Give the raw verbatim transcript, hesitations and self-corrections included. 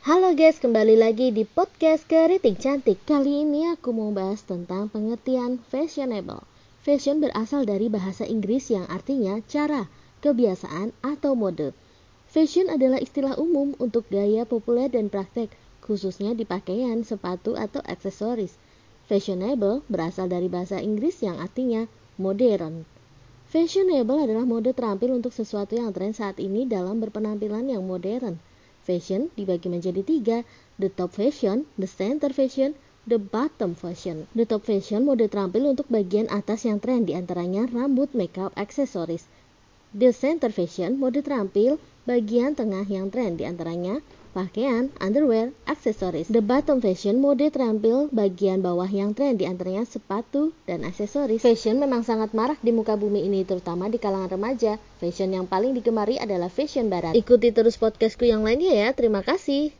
Halo guys, kembali lagi di podcast Keriting Cantik. Kali ini aku mau bahas tentang pengertian fashionable. Fashion berasal dari bahasa Inggris yang artinya cara, kebiasaan, atau mode. Fashion adalah istilah umum untuk gaya populer dan praktek, khususnya di pakaian, sepatu, atau aksesoris. Fashionable berasal dari bahasa Inggris yang artinya modern. Fashionable adalah mode terampil untuk sesuatu yang tren saat ini dalam berpenampilan yang modern. Fashion dibagi menjadi tiga, the top fashion, the center fashion, the bottom fashion. The top fashion mode terampil untuk bagian atas yang tren, diantaranya rambut, makeup, aksesoris. The center fashion mode terampil bagian tengah yang tren, diantaranya pakaian, underwear, aksesoris. The bottom fashion mode terampil bagian bawah yang tren, diantaranya sepatu dan aksesoris. Fashion memang sangat marak di muka bumi ini, terutama di kalangan remaja. Fashion yang paling digemari adalah fashion barat. Ikuti terus podcastku yang lainnya ya. Terima kasih.